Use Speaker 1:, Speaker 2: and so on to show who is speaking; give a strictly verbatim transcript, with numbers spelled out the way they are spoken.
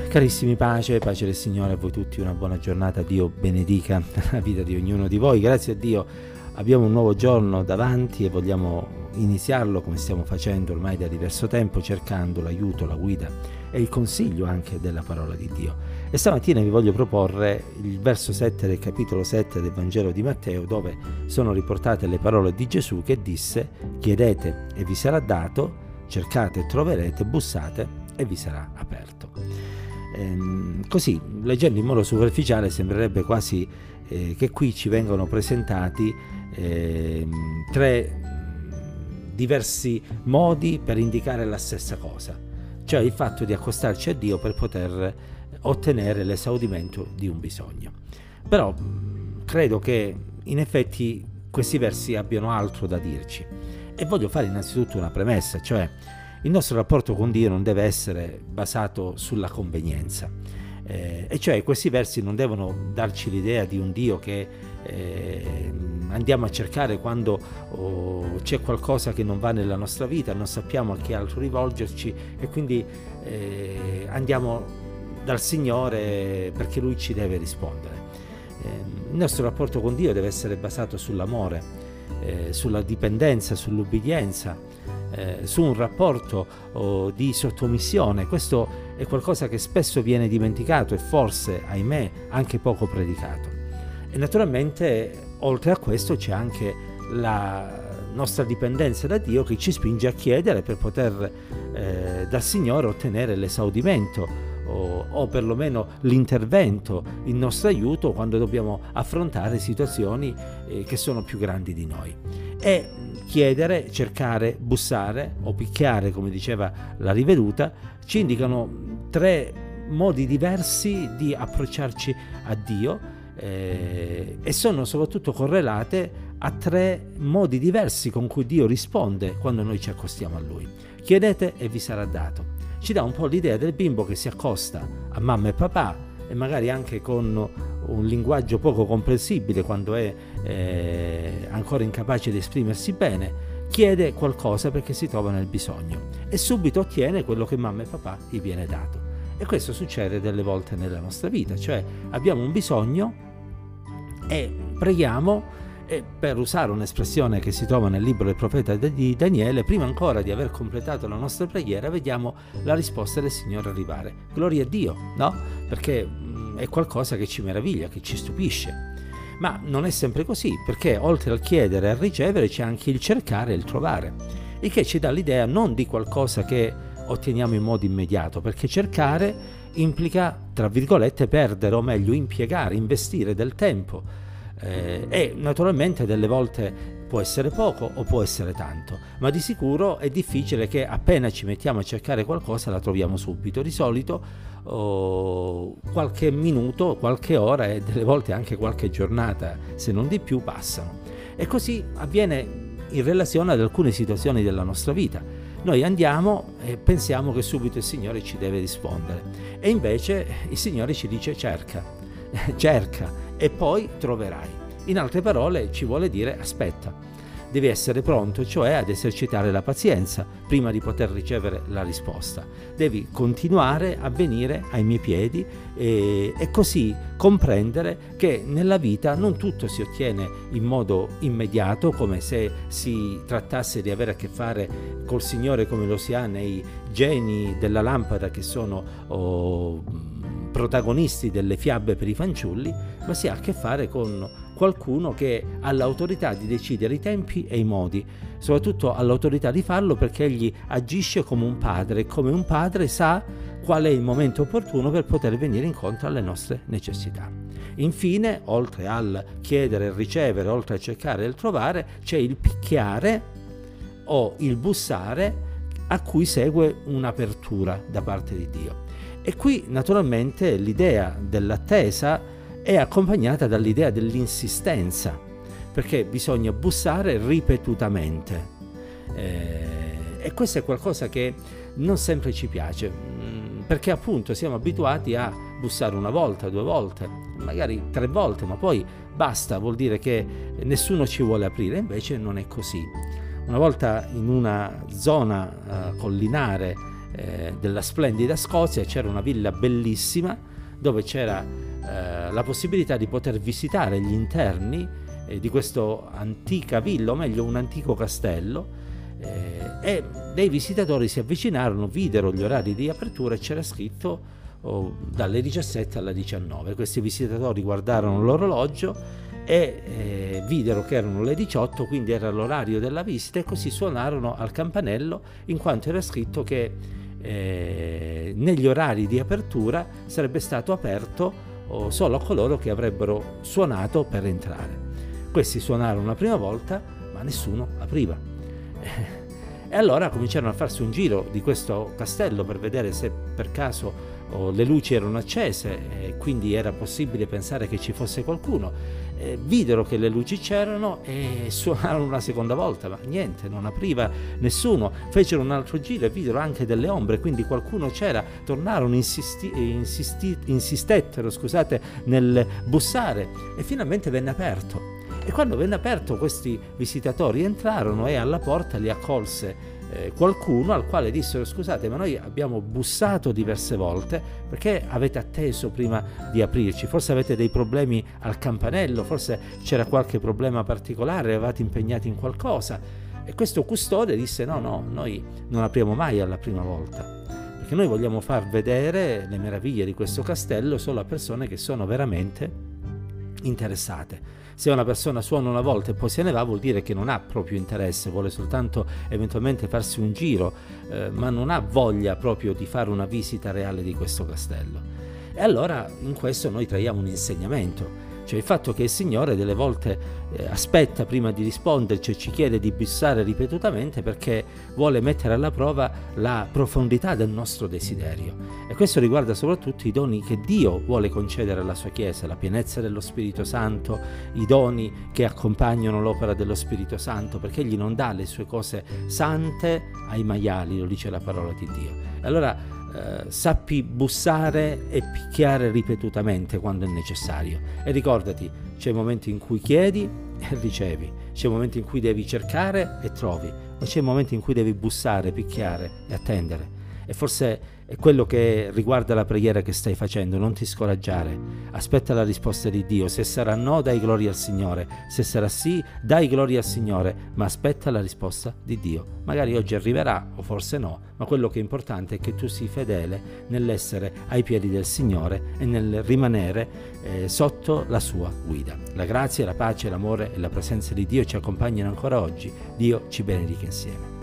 Speaker 1: Carissimi, pace, pace del Signore a voi tutti, una buona giornata. Dio benedica la vita di ognuno di voi. Grazie a Dio abbiamo un nuovo giorno davanti e vogliamo iniziarlo come stiamo facendo ormai da diverso tempo, cercando l'aiuto, la guida e il consiglio anche della parola di Dio. E stamattina vi voglio proporre il verso sette del capitolo sette del Vangelo di Matteo, dove sono riportate le parole di Gesù che disse: chiedete e vi sarà dato, cercate e troverete, bussate e vi sarà aperto. Ehm, così, leggendo in modo superficiale, sembrerebbe quasi eh, che qui ci vengano presentati eh, tre diversi modi per indicare la stessa cosa, cioè il fatto di accostarci a Dio per poter ottenere l'esaudimento di un bisogno. Però credo che in effetti questi versi abbiano altro da dirci, e voglio fare innanzitutto una premessa, cioè il nostro rapporto con Dio non deve essere basato sulla convenienza, eh, e cioè questi versi non devono darci l'idea di un Dio che eh, andiamo a cercare quando oh, c'è qualcosa che non va nella nostra vita, non sappiamo a chi altro rivolgerci e quindi eh, andiamo dal Signore perché Lui ci deve rispondere. Eh, il nostro rapporto con Dio deve essere basato sull'amore, eh, sulla dipendenza, sull'ubbidienza, Eh, su un rapporto oh, di sottomissione. Questo è qualcosa che spesso viene dimenticato e forse, ahimè, anche poco predicato. E naturalmente oltre a questo c'è anche la nostra dipendenza da Dio, che ci spinge a chiedere per poter eh, dal Signore ottenere l'esaudimento o, o perlomeno l'intervento in nostro aiuto quando dobbiamo affrontare situazioni eh, che sono più grandi di noi. E chiedere, cercare, bussare o picchiare, come diceva la riveduta, ci indicano tre modi diversi di approcciarci a Dio eh, e sono soprattutto correlate a tre modi diversi con cui Dio risponde quando noi ci accostiamo a Lui. Chiedete e vi sarà dato. Ci dà un po' l'idea del bimbo che si accosta a mamma e papà, e magari anche con un linguaggio poco comprensibile quando è eh, ancora incapace di esprimersi bene, chiede qualcosa perché si trova nel bisogno e subito ottiene quello che mamma e papà gli viene dato. E questo succede delle volte nella nostra vita, cioè abbiamo un bisogno e preghiamo, e per usare un'espressione che si trova nel libro del profeta di Daniele, prima ancora di aver completato la nostra preghiera vediamo la risposta del Signore arrivare. Gloria a Dio, no? Perché mh, è qualcosa che ci meraviglia, che ci stupisce. Ma non è sempre così, perché oltre al chiedere e al ricevere c'è anche il cercare e il trovare, il che ci dà l'idea non di qualcosa che otteniamo in modo immediato, perché cercare implica, tra virgolette, perdere, o meglio impiegare, investire del tempo. Eh, e naturalmente delle volte può essere poco o può essere tanto, ma di sicuro è difficile che appena ci mettiamo a cercare qualcosa la troviamo subito. Di solito oh, qualche minuto, qualche ora e delle volte anche qualche giornata, se non di più, passano. E così avviene in relazione ad alcune situazioni della nostra vita. Noi andiamo e pensiamo che subito il Signore ci deve rispondere, e invece il Signore ci dice cerca, cerca e poi troverai. In altre parole ci vuole dire aspetta, devi essere pronto, cioè ad esercitare la pazienza prima di poter ricevere la risposta. Devi continuare a venire ai miei piedi e, e così comprendere che nella vita non tutto si ottiene in modo immediato, come se si trattasse di avere a che fare col Signore come lo si ha nei geni della lampada, che sono oh, protagonisti delle fiabe per i fanciulli, ma si ha a che fare con qualcuno che ha l'autorità di decidere i tempi e i modi, soprattutto ha l'autorità di farlo perché egli agisce come un padre, e come un padre sa qual è il momento opportuno per poter venire incontro alle nostre necessità. Infine, oltre al chiedere e ricevere, oltre a cercare e trovare, c'è il picchiare o il bussare, a cui segue un'apertura da parte di Dio. E qui naturalmente l'idea dell'attesa è accompagnata dall'idea dell'insistenza, perché bisogna bussare ripetutamente. Eh, e questo è qualcosa che non sempre ci piace, perché appunto siamo abituati a bussare una volta, due volte, magari tre volte, ma poi basta, vuol dire che nessuno ci vuole aprire. Invece non è così. Una volta in una zona uh, collinare eh, della splendida Scozia, c'era una villa bellissima dove c'era eh, la possibilità di poter visitare gli interni eh, di questa antica villa, o meglio un antico castello, eh, e dei visitatori si avvicinarono, videro gli orari di apertura e c'era scritto oh, dalle diciassette alle diciannove. Questi visitatori guardarono l'orologio e eh, videro che erano le diciotto, quindi era l'orario della visita, e così suonarono al campanello, in quanto era scritto che eh, negli orari di apertura sarebbe stato aperto oh, solo a coloro che avrebbero suonato per entrare. Questi suonarono la prima volta, ma nessuno apriva. E allora cominciarono a farsi un giro di questo castello per vedere se per caso oh, le luci erano accese e quindi era possibile pensare che ci fosse qualcuno. Eh, videro che le luci c'erano e suonarono una seconda volta, ma niente, non apriva nessuno. Fecero un altro giro e videro anche delle ombre, quindi qualcuno c'era. Tornarono, insisti, insisti, insistettero scusate, nel bussare e finalmente venne aperto. E quando venne aperto, questi visitatori entrarono e alla porta li accolse eh, qualcuno, al quale dissero: scusate, ma noi abbiamo bussato diverse volte, perché avete atteso prima di aprirci? Forse avete dei problemi al campanello, forse c'era qualche problema particolare, eravate impegnati in qualcosa. E questo custode disse: no, no, noi non apriamo mai alla prima volta, perché noi vogliamo far vedere le meraviglie di questo castello solo a persone che sono veramente interessate. Se una persona suona una volta e poi se ne va, vuol dire che non ha proprio interesse, vuole soltanto eventualmente farsi un giro, eh, ma non ha voglia proprio di fare una visita reale di questo castello. E allora in questo noi traiamo un insegnamento, cioè il fatto che il Signore delle volte eh, aspetta prima di risponderci e ci chiede di bussare ripetutamente, perché vuole mettere alla prova la profondità del nostro desiderio. E questo riguarda soprattutto i doni che Dio vuole concedere alla sua Chiesa, la pienezza dello Spirito Santo, i doni che accompagnano l'opera dello Spirito Santo, perché Egli non dà le sue cose sante ai maiali, lo dice la parola di Dio. E allora Uh, sappi bussare e picchiare ripetutamente quando è necessario, e ricordati, c'è il momento in cui chiedi e ricevi, c'è il momento in cui devi cercare e trovi, ma c'è il momento in cui devi bussare, picchiare e attendere. E forse è quello che riguarda la preghiera che stai facendo. Non ti scoraggiare, aspetta la risposta di Dio. Se sarà no, dai gloria al Signore; se sarà sì, dai gloria al Signore, ma aspetta la risposta di Dio. Magari oggi arriverà o forse no, ma quello che è importante è che tu sii fedele nell'essere ai piedi del Signore e nel rimanere eh, sotto la sua guida. La grazia, la pace, l'amore e la presenza di Dio ci accompagnano ancora oggi. Dio ci benedica insieme.